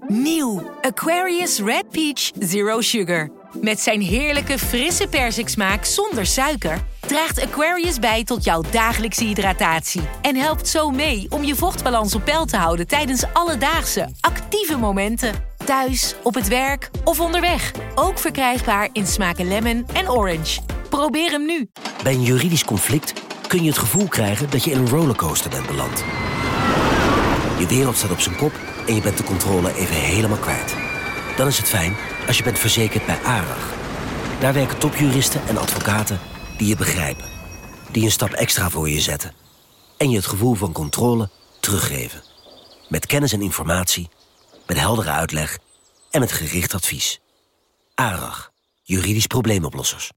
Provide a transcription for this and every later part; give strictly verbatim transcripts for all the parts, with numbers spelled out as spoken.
Nieuw Aquarius Red Peach Zero Sugar. Met zijn heerlijke frisse persiksmaak zonder suiker draagt Aquarius bij tot jouw dagelijkse hydratatie. En helpt zo mee om je vochtbalans op peil te houden tijdens alledaagse, actieve momenten. Thuis, op het werk of onderweg. Ook verkrijgbaar in smaken lemon en orange. Probeer hem nu. Bij een juridisch conflict kun je het gevoel krijgen dat je in een rollercoaster bent beland. Je wereld staat op zijn kop en je bent de controle even helemaal kwijt. Dan is het fijn als je bent verzekerd bij ARAG. Daar werken topjuristen en advocaten die je begrijpen. Die een stap extra voor je zetten. En je het gevoel van controle teruggeven. Met kennis en informatie, met heldere uitleg en met gericht advies. ARAG, juridisch probleemoplossers.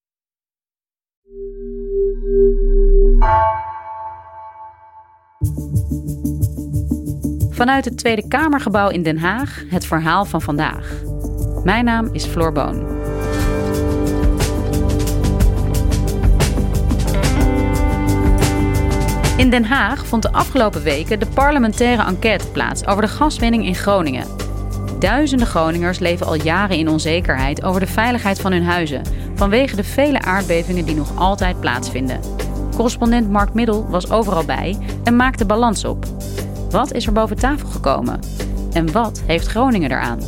Vanuit het Tweede Kamergebouw in Den Haag het verhaal van vandaag. Mijn naam is Floor Boon. In Den Haag vond de afgelopen weken de parlementaire enquête plaats over de gaswinning in Groningen. Duizenden Groningers leven al jaren in onzekerheid over de veiligheid van hun huizen, vanwege de vele aardbevingen die nog altijd plaatsvinden. Correspondent Mark Middel was overal bij en maakte balans op. Wat is er boven tafel gekomen? En wat heeft Groningen eraan?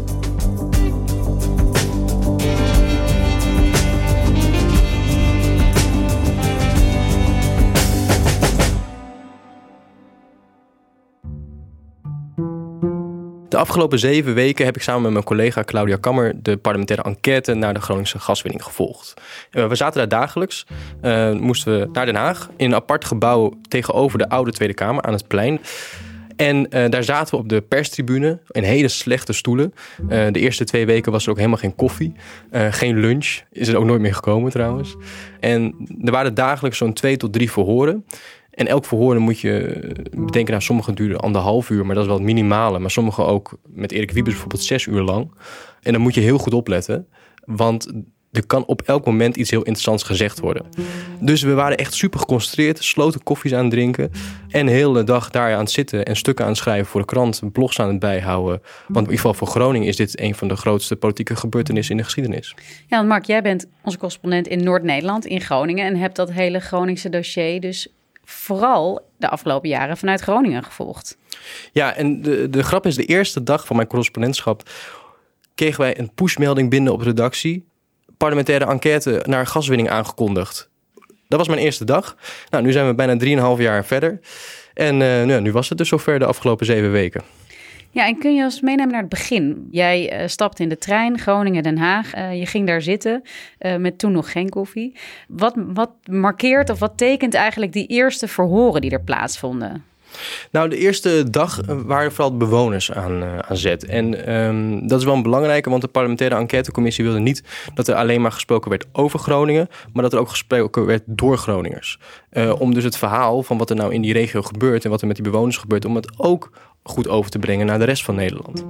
De afgelopen zeven weken heb ik samen met mijn collega Claudia Kammer de parlementaire enquête naar de Groningse gaswinning gevolgd. We zaten daar dagelijks, uh, moesten we naar Den Haag in een apart gebouw tegenover de oude Tweede Kamer aan het plein. En uh, daar zaten we op de perstribune in hele slechte stoelen. Uh, de eerste twee weken was er ook helemaal geen koffie. Uh, geen lunch. Is er ook nooit meer gekomen trouwens. En er waren dagelijks zo'n twee tot drie verhoren. En elk verhoor moet je bedenken, nou, sommige duren anderhalf uur, maar dat is wel het minimale. Maar sommige ook, met Erik Wiebes bijvoorbeeld, zes uur lang. En dan moet je heel goed opletten, want er kan op elk moment iets heel interessants gezegd worden. Dus we waren echt super geconcentreerd, sloten koffies aan het drinken en de hele dag daar aan het zitten en stukken aan het schrijven voor de krant, blogs aan het bijhouden. Want in ieder geval voor Groningen is dit een van de grootste politieke gebeurtenissen in de geschiedenis. Ja, want Mark, jij bent onze correspondent in Noord-Nederland, in Groningen, en hebt dat hele Groningse dossier dus vooral de afgelopen jaren vanuit Groningen gevolgd. Ja, en de, de grap is, de eerste dag van mijn correspondentschap kregen wij een pushmelding binnen op de redactie. Parlementaire enquête naar gaswinning aangekondigd. Dat was mijn eerste dag. Nou, nu zijn we bijna drieënhalf jaar verder. En uh, nou, nu was het dus zover de afgelopen zeven weken. Ja, en kun je ons meenemen naar het begin? Jij uh, stapte in de trein, Groningen-Den Haag. Uh, je ging daar zitten, uh, met toen nog geen koffie. Wat, wat markeert of wat tekent eigenlijk die eerste verhoren die er plaatsvonden? Nou, de eerste dag waren vooral de bewoners aan, uh, aan zet. En um, dat is wel een belangrijke, want de parlementaire enquêtecommissie wilde niet dat er alleen maar gesproken werd over Groningen, maar dat er ook gesproken werd door Groningers. Uh, om dus het verhaal van wat er nou in die regio gebeurt en wat er met die bewoners gebeurt, om het ook goed over te brengen naar de rest van Nederland.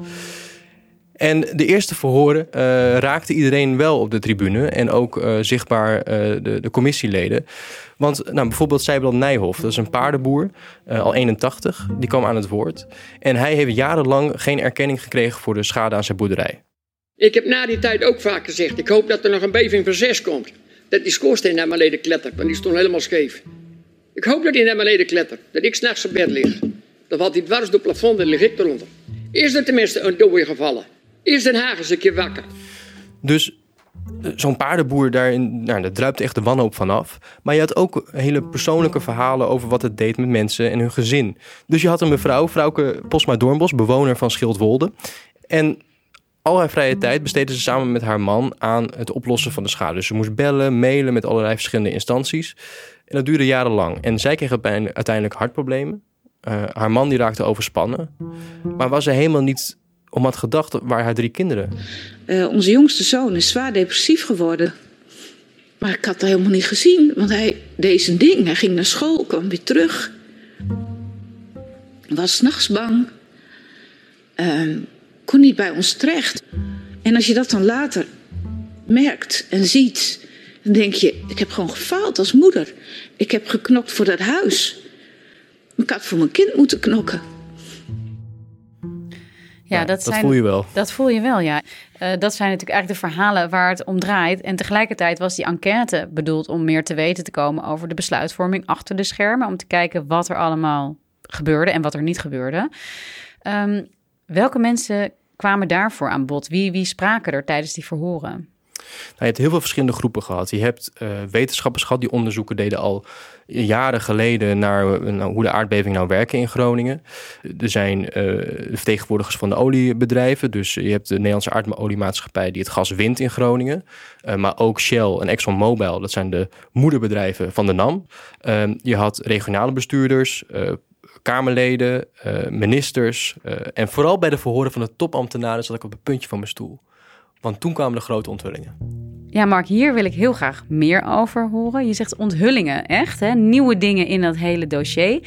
En de eerste verhoren uh, raakte iedereen wel op de tribune en ook uh, zichtbaar uh, de, de commissieleden. Want nou, bijvoorbeeld Sijbrand Nijhoff, dat is een paardenboer, uh, al eenentachtig, die kwam aan het woord. En hij heeft jarenlang geen erkenning gekregen voor de schade aan zijn boerderij. Ik heb na die tijd ook vaak gezegd, ik hoop dat er nog een beving van zes komt. Dat die schoorsteen naar beneden klettert, want die stond helemaal scheef. Ik hoop dat die naar beneden klettert, dat ik 's nachts op bed lig. Dan valt hij dwars door het plafond en lig ik eronder. Is er tenminste een dooi gevallen? Is Den Haag eens een keer wakker? Dus zo'n paardenboer, daarin, nou, daar druipt echt de wanhoop vanaf. Maar je had ook hele persoonlijke verhalen over wat het deed met mensen en hun gezin. Dus je had een mevrouw, Frauke Posma-Doornbos, bewoner van Schildwolde. En al haar vrije tijd besteedde ze samen met haar man aan het oplossen van de schade. Dus ze moest bellen, mailen met allerlei verschillende instanties. En dat duurde jarenlang. En zij kreeg uiteindelijk hartproblemen. Uh, haar man die raakte overspannen. Maar was er helemaal niet om had gedacht waar haar drie kinderen. Uh, onze jongste zoon is zwaar depressief geworden. Maar ik had dat helemaal niet gezien. Want hij deed zijn ding. Hij ging naar school, kwam weer terug. Was 's nachts bang. Uh, kon niet bij ons terecht. En als je dat dan later merkt en ziet, dan denk je, ik heb gewoon gefaald als moeder. Ik heb geknokt voor dat huis. Ik had voor mijn kind moeten knokken. Ja, nou, dat, dat zijn, voel je wel. Dat voel je wel, ja. Uh, dat zijn natuurlijk eigenlijk de verhalen waar het om draait. En tegelijkertijd was die enquête bedoeld om meer te weten te komen over de besluitvorming achter de schermen. Om te kijken wat er allemaal gebeurde en wat er niet gebeurde. Um, welke mensen kwamen daarvoor aan bod? Wie, wie spraken er tijdens die verhoren? Nou, je hebt heel veel verschillende groepen gehad. Je hebt uh, wetenschappers gehad die onderzoeken deden al jaren geleden naar uh, nou, hoe de aardbevingen nou werken in Groningen. Er zijn uh, vertegenwoordigers van de oliebedrijven. Dus je hebt de Nederlandse aardoliemaatschappij die het gas wint in Groningen. Uh, maar ook Shell en ExxonMobil, dat zijn de moederbedrijven van de NAM. Uh, je had regionale bestuurders, uh, Kamerleden, uh, ministers. Uh, en vooral bij de verhoren van de topambtenaren zat ik op het puntje van mijn stoel. Want toen kwamen de grote onthullingen. Ja, Mark, hier wil ik heel graag meer over horen. Je zegt onthullingen, echt, hè? Nieuwe dingen in dat hele dossier.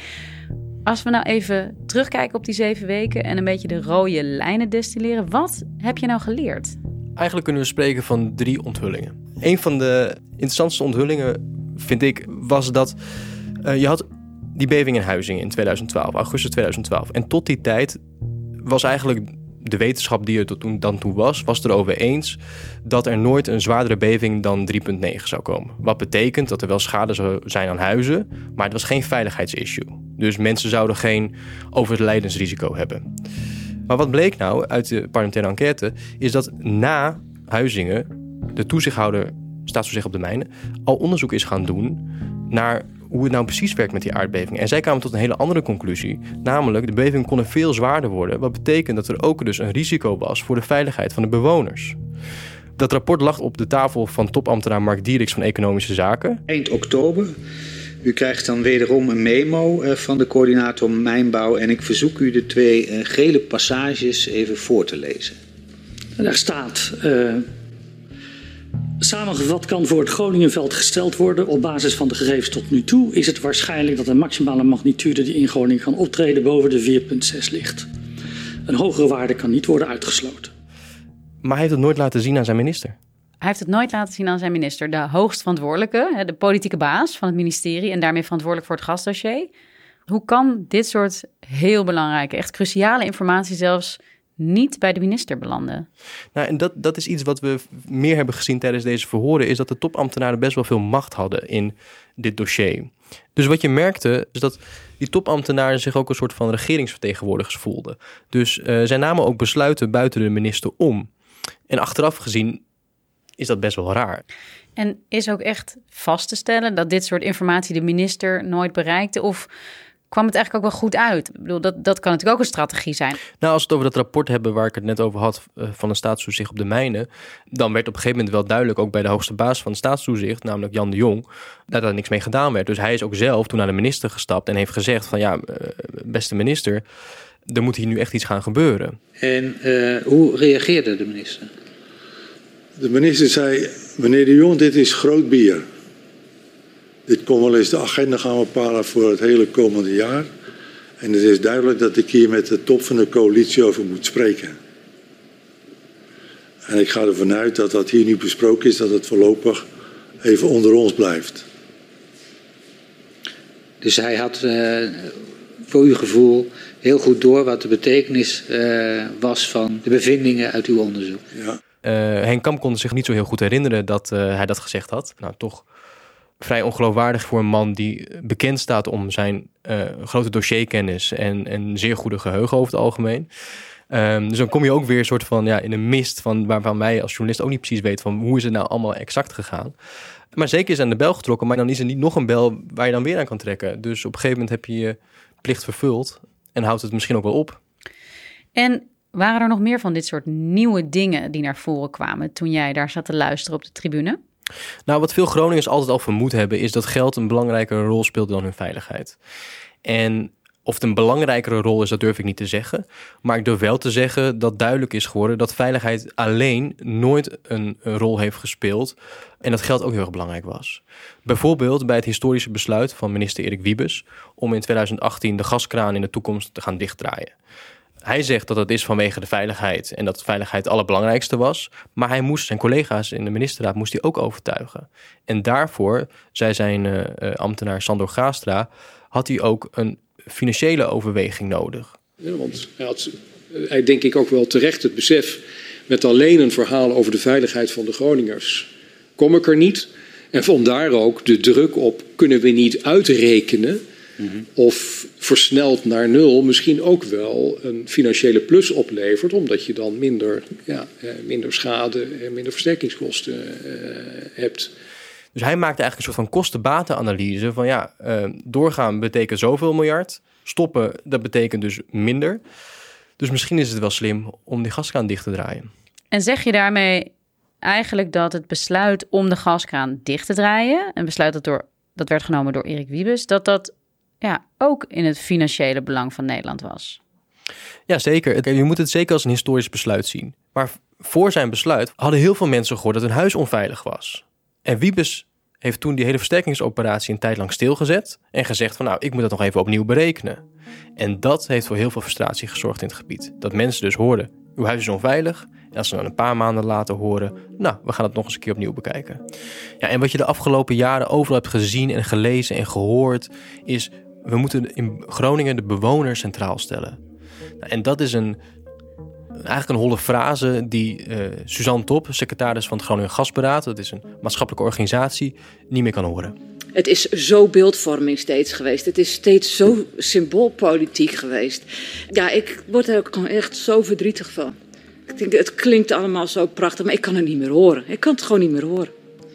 Als we nou even terugkijken op die zeven weken en een beetje de rode lijnen destilleren. Wat heb je nou geleerd? Eigenlijk kunnen we spreken van drie onthullingen. Een van de interessantste onthullingen, vind ik, was dat uh, je had die beving in Huizingen in tweeduizend twaalf, augustus tweeduizend twaalf. En tot die tijd was eigenlijk de wetenschap die er tot toen, dan toe was, was erover eens dat er nooit een zwaardere beving dan drie komma negen zou komen. Wat betekent dat er wel schade zou zijn aan huizen, maar het was geen veiligheidsissue. Dus mensen zouden geen overlijdensrisico hebben. Maar wat bleek nou uit de parlementaire enquête, is dat na Huizingen de toezichthouder, staatstoezicht op de mijnen, al onderzoek is gaan doen naar hoe het nou precies werkt met die aardbeving. En zij kwamen tot een hele andere conclusie. Namelijk, de beving kon veel zwaarder worden. Wat betekent dat er ook dus een risico was voor de veiligheid van de bewoners. Dat rapport lag op de tafel van topambtenaar Mark Dieriks van Economische Zaken. Eind oktober. U krijgt dan wederom een memo van de coördinator Mijnbouw. En ik verzoek u de twee gele passages even voor te lezen. Daar staat... Uh... Samengevat kan voor het Groningenveld gesteld worden. Op basis van de gegevens tot nu toe is het waarschijnlijk dat de maximale magnitude die in Groningen kan optreden boven de vier komma zes ligt. Een hogere waarde kan niet worden uitgesloten. Maar hij heeft het nooit laten zien aan zijn minister. Hij heeft het nooit laten zien aan zijn minister. De hoogstverantwoordelijke, de politieke baas van het ministerie en daarmee verantwoordelijk voor het gasdossier. Hoe kan dit soort heel belangrijke, echt cruciale informatie zelfs niet bij de minister belanden? Nou, en dat, dat is iets wat we meer hebben gezien tijdens deze verhoren, is dat de topambtenaren best wel veel macht hadden in dit dossier. Dus wat je merkte, is dat die topambtenaren zich ook een soort van regeringsvertegenwoordigers voelden. Dus uh, zij namen ook besluiten buiten de minister om. En achteraf gezien is dat best wel raar. En is ook echt vast te stellen dat dit soort informatie de minister nooit bereikte? Of kwam het eigenlijk ook wel goed uit? Ik bedoel, dat, dat kan natuurlijk ook een strategie zijn. Nou, als we het over dat rapport hebben waar ik het net over had uh, van de staatstoezicht op de mijnen, dan werd op een gegeven moment wel duidelijk, ook bij de hoogste baas van de staatstoezicht, namelijk Jan de Jong, dat er niks mee gedaan werd. Dus hij is ook zelf toen naar de minister gestapt en heeft gezegd van ja, uh, beste minister, er moet hier nu echt iets gaan gebeuren. En uh, hoe reageerde de minister? De minister zei, meneer de Jong, dit is groot bier. Dit kon wel eens de agenda gaan bepalen voor het hele komende jaar. En het is duidelijk dat ik hier met de top van de coalitie over moet spreken. En ik ga ervan uit dat dat hier nu besproken is, dat het voorlopig even onder ons blijft. Dus hij had uh, voor uw gevoel heel goed door wat de betekenis uh, was van de bevindingen uit uw onderzoek. Ja. Uh, Henk Kamp kon zich niet zo heel goed herinneren dat uh, hij dat gezegd had. Nou, toch vrij ongeloofwaardig voor een man die bekend staat om zijn uh, grote dossierkennis en, en zeer goede geheugen over het algemeen. Um, dus dan kom je ook weer een soort van ja, in een mist van waarvan wij als journalist ook niet precies weten van hoe is het nou allemaal exact gegaan. Maar zeker is aan de bel getrokken, maar dan is er niet nog een bel waar je dan weer aan kan trekken. Dus op een gegeven moment heb je je plicht vervuld en houdt het misschien ook wel op. En waren er nog meer van dit soort nieuwe dingen die naar voren kwamen toen jij daar zat te luisteren op de tribune? Nou, wat veel Groningers altijd al vermoed hebben, is dat geld een belangrijkere rol speelt dan hun veiligheid. En of het een belangrijkere rol is, dat durf ik niet te zeggen. Maar ik durf wel te zeggen dat duidelijk is geworden dat veiligheid alleen nooit een, een rol heeft gespeeld. En dat geld ook heel erg belangrijk was. Bijvoorbeeld bij het historische besluit van minister Erik Wiebes om in tweeduizend achttien de gaskraan in de toekomst te gaan dichtdraaien. Hij zegt dat dat is vanwege de veiligheid en dat de veiligheid het allerbelangrijkste was. Maar hij moest zijn collega's in de ministerraad moest hij ook overtuigen. En daarvoor, zei zijn uh, ambtenaar Sandor Gaastra, had hij ook een financiële overweging nodig. Ja, want hij had Hij denk ik ook wel terecht het besef, met alleen een verhaal over de veiligheid van de Groningers kom ik er niet. En vandaar ook de druk op, kunnen we niet uitrekenen mm-hmm. of versneld naar nul misschien ook wel een financiële plus oplevert, omdat je dan minder, ja, minder schade en minder versterkingskosten uh, hebt. Dus hij maakt eigenlijk een soort van kosten-batenanalyse van ja, uh, doorgaan betekent zoveel miljard, stoppen dat betekent dus minder. Dus misschien is het wel slim om die gaskraan dicht te draaien. En zeg je daarmee eigenlijk dat het besluit om de gaskraan dicht te draaien, een besluit dat, door, dat werd genomen door Erik Wiebes, dat dat ja, ook in het financiële belang van Nederland was? Ja, zeker. Je moet het zeker als een historisch besluit zien. Maar voor zijn besluit hadden heel veel mensen gehoord dat hun huis onveilig was. En Wiebes heeft toen die hele versterkingsoperatie een tijd lang stilgezet en gezegd van nou, ik moet dat nog even opnieuw berekenen. En dat heeft voor heel veel frustratie gezorgd in het gebied. Dat mensen dus hoorden, uw huis is onveilig. En als ze dan een paar maanden later horen, nou, we gaan het nog eens een keer opnieuw bekijken. Ja, en wat je de afgelopen jaren overal hebt gezien en gelezen en gehoord, is we moeten in Groningen de bewoner centraal stellen. Nou, en dat is een, eigenlijk een holle frase die uh, Suzanne Top, secretaris van het Groningen Gasberaad, dat is een maatschappelijke organisatie, niet meer kan horen. Het is zo beeldvorming steeds geweest. Het is steeds zo symboolpolitiek geweest. Ja, ik word er ook gewoon echt zo verdrietig van. Ik denk, het klinkt allemaal zo prachtig, maar ik kan het niet meer horen. Ik kan het gewoon niet meer horen.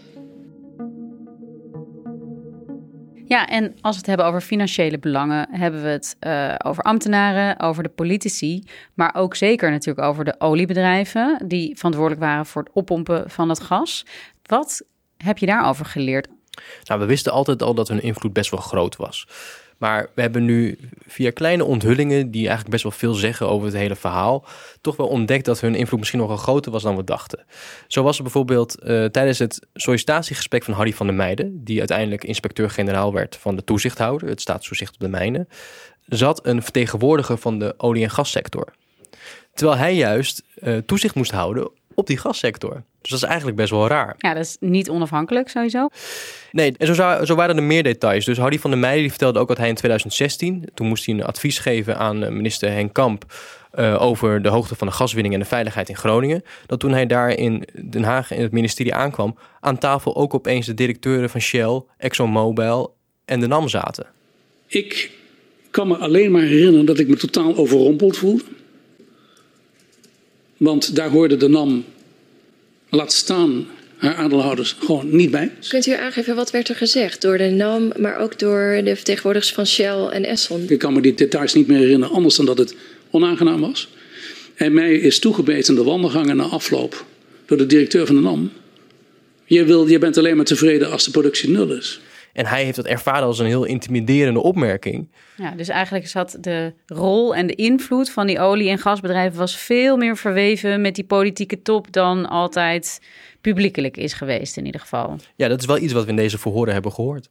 Ja, en als we het hebben over financiële belangen, hebben we het uh, over ambtenaren, over de politici, maar ook zeker natuurlijk over de oliebedrijven die verantwoordelijk waren voor het oppompen van het gas. Wat heb je daarover geleerd? Nou, we wisten altijd al dat hun invloed best wel groot was. Maar we hebben nu via kleine onthullingen, die eigenlijk best wel veel zeggen over het hele verhaal, toch wel ontdekt dat hun invloed misschien nogal groter was dan we dachten. Zo was er bijvoorbeeld uh, tijdens het sollicitatiegesprek van Harry van der Meijden, die uiteindelijk inspecteur-generaal werd van de toezichthouder, het staatstoezicht op de mijnen, zat een vertegenwoordiger van de olie- en gassector. Terwijl hij juist uh, toezicht moest houden op die gassector. Dus dat is eigenlijk best wel raar. Ja, dat is niet onafhankelijk sowieso. Nee, en zo, zou, zo waren er meer details. Dus Harry van der Meijden die vertelde ook dat hij in twintig zestien... toen moest hij een advies geven aan minister Henk Kamp Uh, over de hoogte van de gaswinning en de veiligheid in Groningen. Dat toen hij daar in Den Haag in het ministerie aankwam, aan tafel ook opeens de directeuren van Shell, ExxonMobil en de NAM zaten. Ik kan me alleen maar herinneren dat ik me totaal overrompeld voelde. Want daar hoorde de NAM, laat staan haar aandeelhouders, gewoon niet bij. Kunt u aangeven wat werd er gezegd door de NAM, maar ook door de vertegenwoordigers van Shell en Esson? Ik kan me die details niet meer herinneren, anders dan dat het onaangenaam was. En mij is toegebeten de wandelgangen na afloop door de directeur van de NAM. Je, wil, je bent alleen maar tevreden als de productie nul is. En hij heeft dat ervaren als een heel intimiderende opmerking. Ja, dus eigenlijk zat de rol en de invloed van die olie- en gasbedrijven was veel meer verweven met die politieke top dan altijd publiekelijk is geweest in ieder geval. Ja, dat is wel iets wat we in deze verhoren hebben gehoord.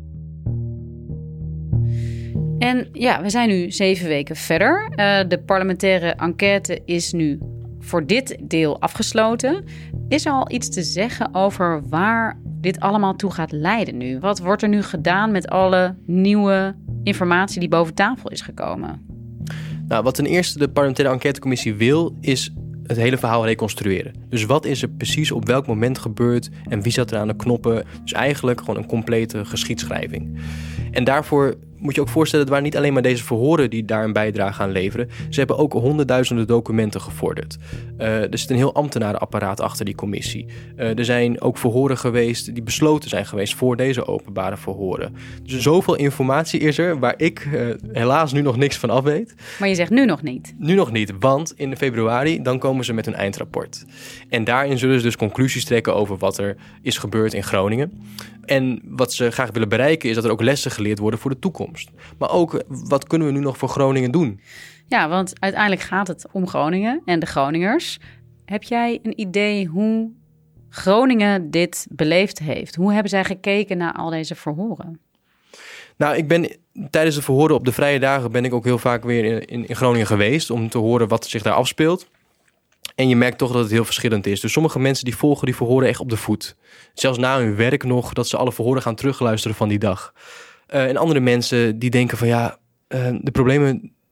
En ja, we zijn nu zeven weken verder. Uh, de parlementaire enquête is nu voor dit deel afgesloten. Is er al iets te zeggen over waar dit allemaal toe gaat leiden nu? Wat wordt er nu gedaan met alle nieuwe informatie die boven tafel is gekomen? Nou, wat ten eerste de parlementaire enquêtecommissie wil, is het hele verhaal reconstrueren. Dus wat is er precies op welk moment gebeurd en wie zat er aan de knoppen? Dus eigenlijk gewoon een complete geschiedschrijving. En daarvoor moet je ook voorstellen, het waren niet alleen maar deze verhoren die daar een bijdrage aan leveren. Ze hebben ook honderdduizenden documenten gevorderd. Uh, er zit een heel ambtenarenapparaat achter die commissie. Uh, er zijn ook verhoren geweest die besloten zijn geweest voor deze openbare verhoren. Dus zoveel informatie is er waar ik uh, helaas nu nog niks van af weet. Maar je zegt nu nog niet? Nu nog niet, want in februari dan komen ze met hun eindrapport. En daarin zullen ze dus conclusies trekken over wat er is gebeurd in Groningen. En wat ze graag willen bereiken is dat er ook lessen geleerd worden voor de toekomst. Maar ook, wat kunnen we nu nog voor Groningen doen? Ja, want uiteindelijk gaat het om Groningen en de Groningers. Heb jij een idee hoe Groningen dit beleefd heeft? Hoe hebben zij gekeken naar al deze verhoren? Nou, ik ben tijdens de verhoren op de vrije dagen ben ik ook heel vaak weer in, in, in Groningen geweest om te horen wat zich daar afspeelt. En je merkt toch dat het heel verschillend is. Dus sommige mensen die volgen die verhoren echt op de voet. Zelfs na hun werk nog, dat ze alle verhoren gaan terugluisteren van die dag. Uh, en andere mensen die denken van ja, uh, de problemen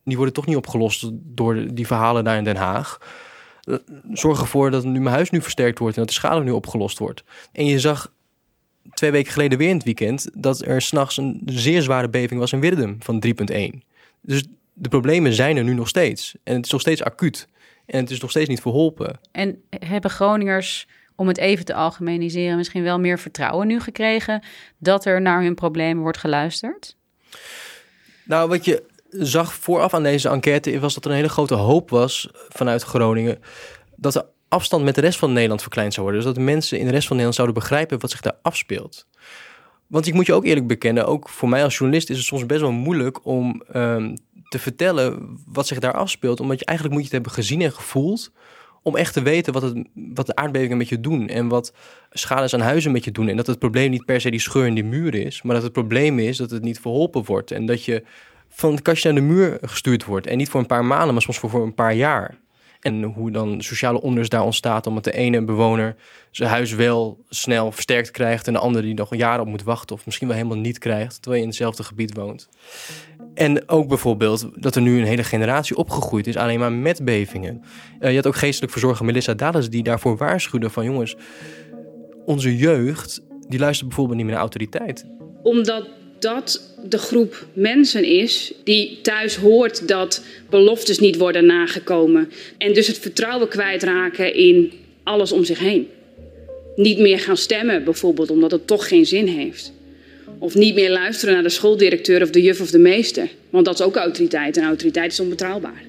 die worden toch niet opgelost door die verhalen daar in Den Haag. Zorg ervoor dat nu mijn huis nu versterkt wordt en dat de schade nu opgelost wordt. En je zag twee weken geleden weer in het weekend dat er 's nachts een zeer zware beving was in Wirdum van drie komma één. Dus de problemen zijn er nu nog steeds. En het is nog steeds acuut. En het is nog steeds niet verholpen. En hebben Groningers, om het even te algemeniseren, misschien wel meer vertrouwen nu gekregen dat er naar hun problemen wordt geluisterd? Nou, wat je zag vooraf aan deze enquête was dat er een hele grote hoop was vanuit Groningen dat de afstand met de rest van Nederland verkleind zou worden. Dus dat de mensen in de rest van Nederland zouden begrijpen wat zich daar afspeelt. Want ik moet je ook eerlijk bekennen, ook voor mij als journalist is het soms best wel moeilijk om um, te vertellen wat zich daar afspeelt. Omdat je eigenlijk moet je het hebben gezien en gevoeld om echt te weten wat, het, wat de aardbevingen met je doen en wat schades aan huizen met je doen. En dat het probleem niet per se die scheur in die muur is, maar dat het probleem is dat het niet verholpen wordt. En dat je van het kastje naar de muur gestuurd wordt. En niet voor een paar maanden, maar soms voor, voor een paar jaar. En hoe dan sociale onrust daar ontstaat omdat de ene bewoner zijn huis wel snel versterkt krijgt en de andere die nog jaren op moet wachten of misschien wel helemaal niet krijgt, terwijl je in hetzelfde gebied woont. En ook bijvoorbeeld dat er nu een hele generatie opgegroeid is alleen maar met bevingen. Uh, je had ook geestelijk verzorger Melissa Dallas die daarvoor waarschuwde van jongens, onze jeugd die luistert bijvoorbeeld niet meer naar autoriteit. Omdat dat de groep mensen is die thuis hoort dat beloftes niet worden nagekomen. En dus het vertrouwen kwijtraken in alles om zich heen. Niet meer gaan stemmen bijvoorbeeld omdat het toch geen zin heeft. Of niet meer luisteren naar de schooldirecteur of de juf of de meester. Want dat is ook autoriteit en autoriteit is onbetrouwbaar.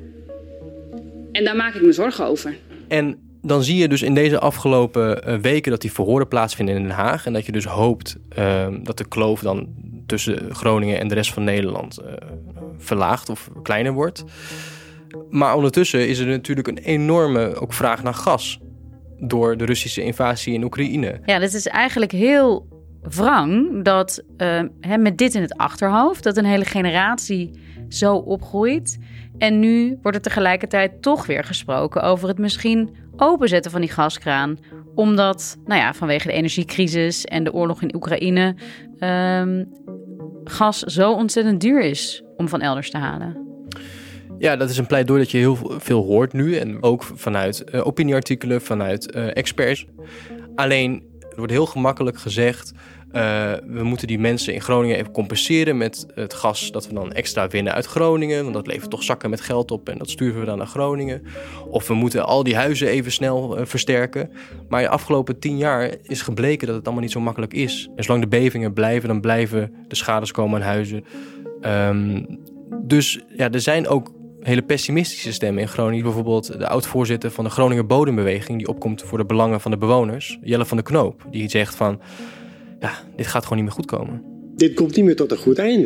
En daar maak ik me zorgen over. En dan zie je dus in deze afgelopen uh, weken dat die verhoren plaatsvinden in Den Haag. En dat je dus hoopt uh, dat de kloof dan tussen Groningen en de rest van Nederland uh, verlaagt of kleiner wordt. Maar ondertussen is er natuurlijk een enorme ook vraag naar gas door de Russische invasie in Oekraïne. Ja, dat is eigenlijk heel wrang dat uh, hè, met dit in het achterhoofd, dat een hele generatie zo opgroeit. En nu wordt er tegelijkertijd toch weer gesproken over het misschien openzetten van die gaskraan. Omdat, nou ja, vanwege de energiecrisis en de oorlog in Oekraïne um, gas zo ontzettend duur is om van elders te halen. Ja, dat is een pleidooi dat je heel veel hoort nu. En ook vanuit uh, opinieartikelen, vanuit uh, experts. Alleen, er wordt heel gemakkelijk gezegd, Uh, we moeten die mensen in Groningen even compenseren met het gas dat we dan extra winnen uit Groningen. Want dat levert toch zakken met geld op en dat sturen we dan naar Groningen. Of we moeten al die huizen even snel uh, versterken. Maar de afgelopen tien jaar is gebleken dat het allemaal niet zo makkelijk is. En zolang de bevingen blijven, dan blijven de schades komen aan huizen. Um, dus ja, er zijn ook hele pessimistische stemmen in Groningen. Bijvoorbeeld de oud-voorzitter van de Groninger Bodembeweging, die opkomt voor de belangen van de bewoners, Jelle van de Knoop. Die zegt van, ja, dit gaat gewoon niet meer goed komen. Dit komt niet meer tot een goed einde.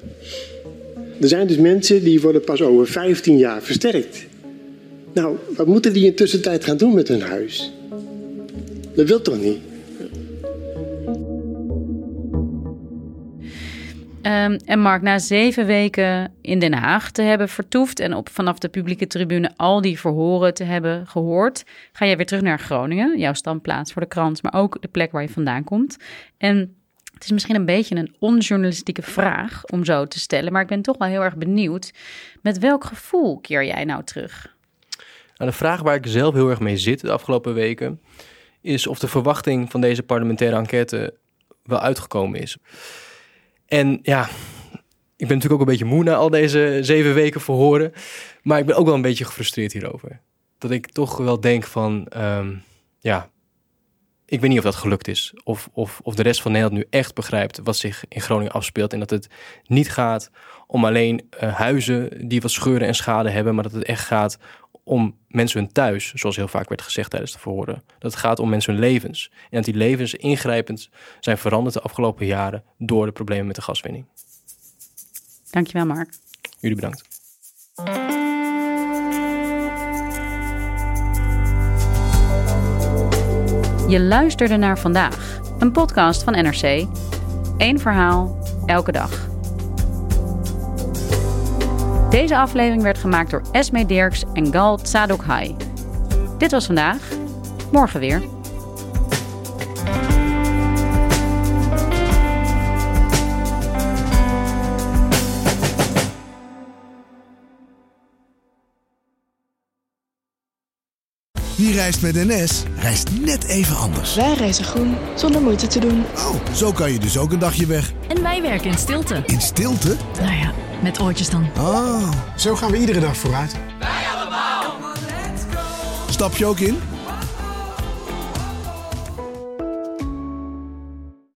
Er zijn dus mensen die worden pas over vijftien jaar versterkt. Nou, wat moeten die in de tussentijd gaan doen met hun huis? Dat wil toch niet? Um, en Mark, na zeven weken in Den Haag te hebben vertoefd en op vanaf de publieke tribune al die verhoren te hebben gehoord, ga jij weer terug naar Groningen, jouw standplaats voor de krant, maar ook de plek waar je vandaan komt. En het is misschien een beetje een onjournalistieke vraag om zo te stellen, maar ik ben toch wel heel erg benieuwd. Met welk gevoel keer jij nou terug? Nou, de vraag waar ik zelf heel erg mee zit de afgelopen weken is of de verwachting van deze parlementaire enquête wel uitgekomen is. En ja, ik ben natuurlijk ook een beetje moe na al deze zeven weken verhoren. Maar ik ben ook wel een beetje gefrustreerd hierover. Dat ik toch wel denk van, um, ja, ik weet niet of dat gelukt is. Of, of, of de rest van Nederland nu echt begrijpt wat zich in Groningen afspeelt. En dat het niet gaat om alleen uh, huizen die wat scheuren en schade hebben. Maar dat het echt gaat om mensen hun thuis, zoals heel vaak werd gezegd tijdens de verhoren. Dat het gaat om mensen hun levens. En dat die levens ingrijpend zijn veranderd de afgelopen jaren door de problemen met de gaswinning. Dankjewel, Mark. Jullie bedankt. Je luisterde naar Vandaag, een podcast van N R C. Eén verhaal, elke dag. Deze aflevering werd gemaakt door Esme Dirks en Gal Tsadokhai. Dit was Vandaag, morgen weer. Wie reist met N S, reist net even anders. Wij reizen groen, zonder moeite te doen. Oh, zo kan je dus ook een dagje weg. En wij werken in stilte. In stilte? Nou ja, met oortjes dan. Oh, zo gaan we iedere dag vooruit. Wij allemaal. Stap je ook in?